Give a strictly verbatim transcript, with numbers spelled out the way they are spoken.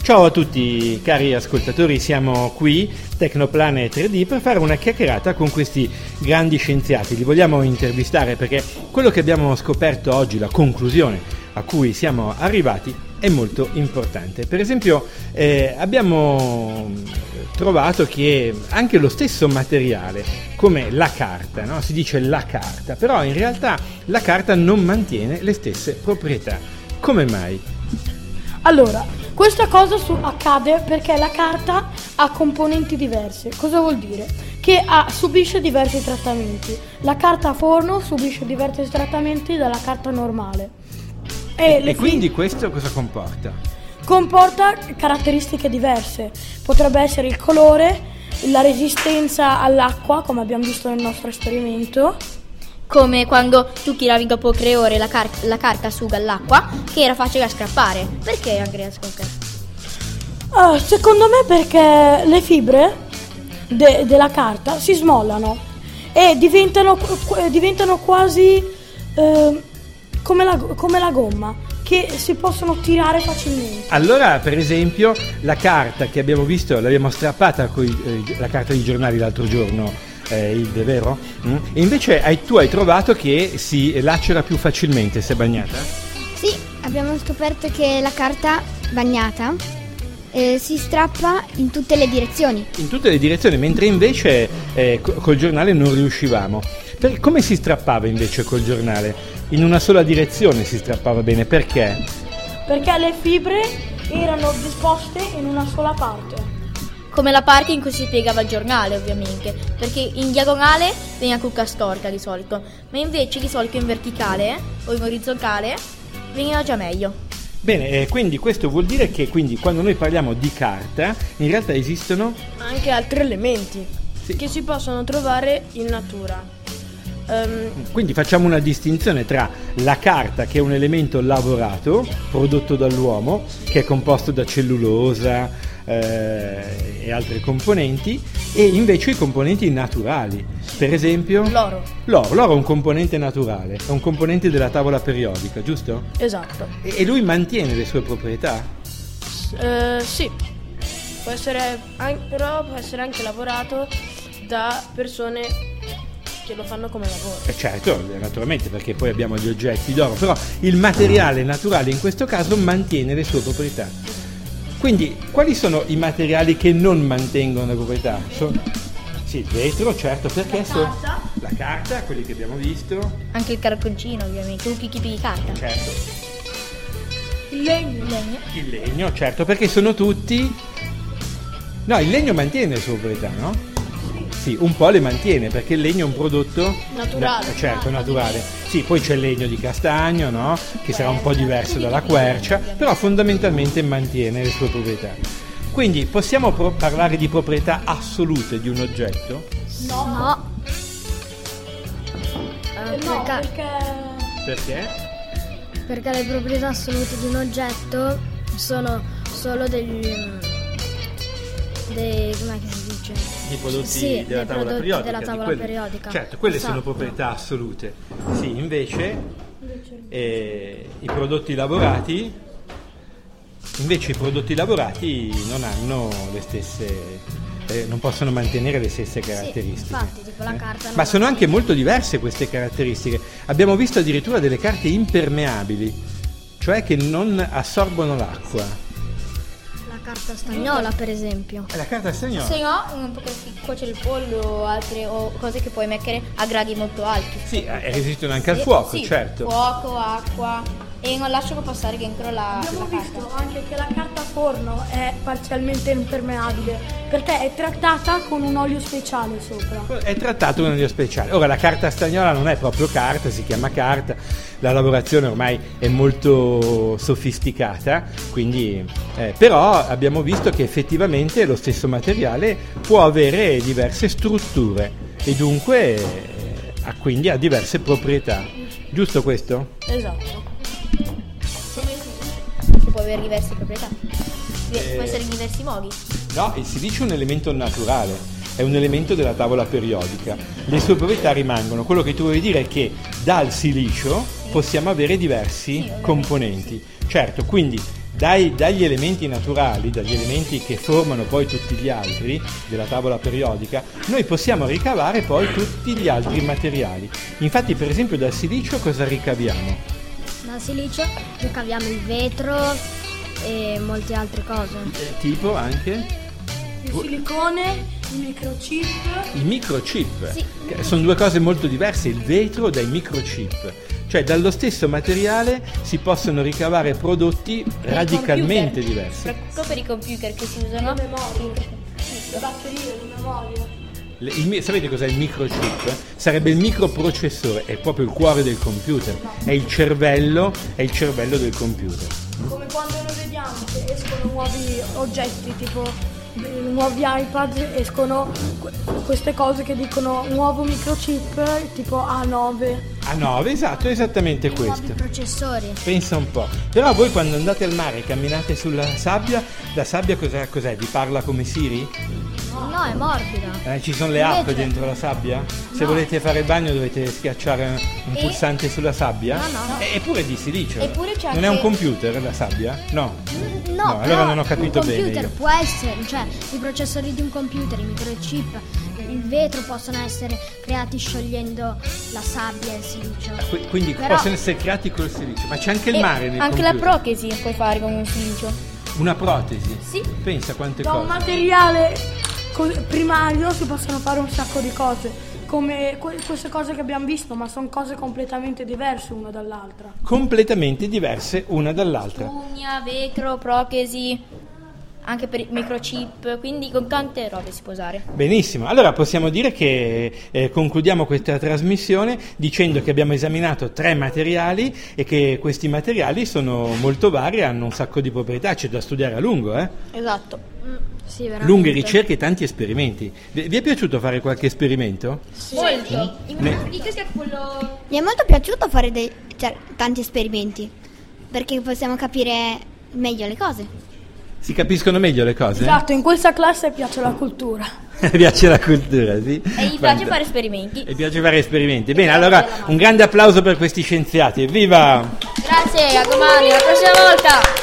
Ciao a tutti cari ascoltatori, siamo qui, Tecnoplanet tre D, per fare una chiacchierata con questi grandi scienziati. Li vogliamo intervistare perché quello che abbiamo scoperto oggi, la conclusione a cui siamo arrivati, è molto importante. Per esempio eh, abbiamo trovato che anche lo stesso materiale, come la carta, no? Si dice la carta, però in realtà la carta non mantiene le stesse proprietà. Come mai? Allora, questa cosa su- accade perché la carta ha componenti diverse. Cosa vuol dire? Che ha, subisce diversi trattamenti. La carta a forno subisce diversi trattamenti dalla carta normale. E, le e quindi fi- questo cosa comporta? comporta caratteristiche diverse. Potrebbe essere il colore, la resistenza all'acqua, come abbiamo visto nel nostro esperimento. Come quando tu tiravi dopo tre ore la, car- la carta asciuga all'acqua, che era facile da scrappare. Perché Andrea scocca? Ah, secondo me perché le fibre de- della carta si smollano e diventano, qu- diventano quasi eh, come, la, come la gomma, che si possono tirare facilmente. Allora, per esempio, la carta che abbiamo visto, l'abbiamo strappata coi, eh, la carta di giornali l'altro giorno, eh, il è vero? Mm? E invece hai, tu hai trovato che si lacera più facilmente se bagnata? Sì, abbiamo scoperto che la carta bagnata eh, si strappa in tutte le direzioni. In tutte le direzioni, mentre invece eh, co- col giornale non riuscivamo. Per, come si strappava invece col giornale? In una sola direzione si strappava bene, perché? Perché le fibre erano disposte in una sola parte. Come la parte in cui si piegava il giornale, ovviamente, perché in diagonale veniva cucca storta di solito, ma invece di solito in verticale o in orizzontale veniva già meglio. Bene, eh, quindi questo vuol dire che quindi quando noi parliamo di carta, in realtà esistono... Anche altri elementi Sì. che si possono trovare in natura. Ehm, Quindi facciamo una distinzione tra la carta, che è un elemento lavorato, prodotto dall'uomo, che è composto da cellulosa eh, e altri componenti, e invece i componenti naturali. Per esempio? l'oro, L'oro. L'oro è un componente naturale, è un componente della tavola periodica, giusto? esatto. E, e lui mantiene le sue proprietà? Eh, sì, può essere, an- però può essere anche lavorato da persone che lo fanno come lavoro. Eh certo, naturalmente, perché poi abbiamo gli oggetti d'oro, però il materiale naturale in questo caso mantiene le sue proprietà. Quindi, quali sono i materiali che non mantengono le proprietà? So- sì, il vetro, certo, perché sono la carta, quelli che abbiamo visto, Anche il cartoncino, ovviamente, tutti i tipi di carta. certo, Il legno. Legno. il legno, certo, perché sono tutti... No, il legno mantiene le sue proprietà, no? Sì, un po' le mantiene, perché il legno è un prodotto Naturale. na- certo, naturale. Sì, poi c'è il legno di castagno, no? Che sarà un po' diverso dalla quercia, però fondamentalmente mantiene le sue proprietà. Quindi possiamo pro- parlare di proprietà assolute di un oggetto? No. Eh, no, perché... Perché? Perché le proprietà assolute di un oggetto sono solo degli dei com'è che si dice? I prodotti Sì, della dei tavola prodotti periodica. della di tavola quelli- periodica. Certo, quelle sono Esatto. proprietà assolute. Sì, invece eh, i prodotti lavorati invece i prodotti lavorati non hanno le stesse eh, non possono mantenere le stesse caratteristiche. infatti, tipo la Eh? carta non Ma sono la- anche molto diverse queste caratteristiche. Abbiamo visto addirittura delle carte impermeabili, cioè che non assorbono l'acqua. La carta stagnola, per esempio. È la carta stagnola. Se no, un po' che si cuocere il pollo o altre o cose che puoi mettere a gradi molto alti. Sì, eh, resistono anche al Sì, fuoco, sì, certo. Fuoco, acqua e non lasciano passare dentro la, Abbiamo la visto carta. anche che la carta a forno è parzialmente impermeabile perché è trattata con un olio speciale sopra. È trattato con un olio speciale. Ora, la carta stagnola non è proprio carta, si chiama carta, la lavorazione ormai è molto sofisticata, quindi, eh, però abbiamo visto che effettivamente lo stesso materiale può avere diverse strutture e dunque eh, ha quindi ha diverse proprietà. Giusto questo? Esatto. Che può avere diverse proprietà. Eh. Può essere in diversi modi. No, il silicio è un elemento naturale, è un elemento della tavola periodica. Le sue proprietà rimangono. Quello che tu vuoi dire è che dal silicio possiamo avere diversi componenti. Certo, quindi dai, dagli elementi naturali, dagli elementi che formano poi tutti gli altri della tavola periodica, noi possiamo ricavare poi tutti gli altri materiali. Infatti, per esempio, dal silicio cosa ricaviamo? Dal silicio ricaviamo il vetro e molte altre cose. Eh, tipo anche? Il silicone, il microchip. I microchip, Sì. che sono due cose molto diverse, il vetro dai microchip. Cioè dallo stesso materiale si possono ricavare prodotti radicalmente computer. diversi. Soprattutto per i computer che si usano. Le batterie, le memorie. Le- il mi- sapete cos'è il microchip? Sarebbe il microprocessore, è proprio il cuore del computer, è il cervello, è il cervello del computer. Come quando noi vediamo che escono nuovi oggetti, tipo eh, nuovi iPad, escono que- queste cose che dicono nuovo microchip, tipo A nove. A nove, esatto, è esattamente Nuovi questo. processori. Pensa un po'. Però voi quando andate al mare e camminate sulla sabbia, la sabbia cos'è? cos'è? Vi parla come Siri? No, è morbida. Eh, ci sono le app Invece- dentro la sabbia? Se No. volete fare il bagno dovete schiacciare un E- pulsante sulla sabbia? No, no. Eh, Eppure è di silicio. Eppure c'è Non è un anche- computer la sabbia? No. No, No, allora però non ho capito un bene computer io. può essere, cioè i processori di un computer, i microchip, il vetro possono essere creati sciogliendo la sabbia e il silicio. Qui- Quindi Però- possono essere creati col silicio, ma c'è anche il E mare nel anche computer. la protesi puoi fare con un silicio. Una protesi? Sì. Pensa quante Da un cose. materiale co- primario si possono fare un sacco di cose, come que- queste cose che abbiamo visto, ma sono cose completamente diverse una dall'altra. Completamente diverse una dall'altra. Spugna, vetro, protesi, anche per i microchip, quindi con tante robe si può usare. Benissimo, allora possiamo dire che eh, concludiamo questa trasmissione dicendo che abbiamo esaminato tre materiali e che questi materiali sono molto vari e hanno un sacco di proprietà, c'è da studiare a lungo, eh? Esatto. Sì, veramente. Lunghe ricerche e tanti esperimenti. Vi, vi è piaciuto fare qualche esperimento? Molto. Ne- Dica sia quello. Mi è molto piaciuto fare dei, cioè, tanti esperimenti, perché possiamo capire meglio le cose. Si capiscono meglio le cose? Esatto, in questa classe piace la cultura. Mi piace la cultura, sì. E gli piace fare esperimenti. E piace fare esperimenti. Bene, allora un grande applauso per questi scienziati. Evviva! Grazie, a domani, alla prossima volta.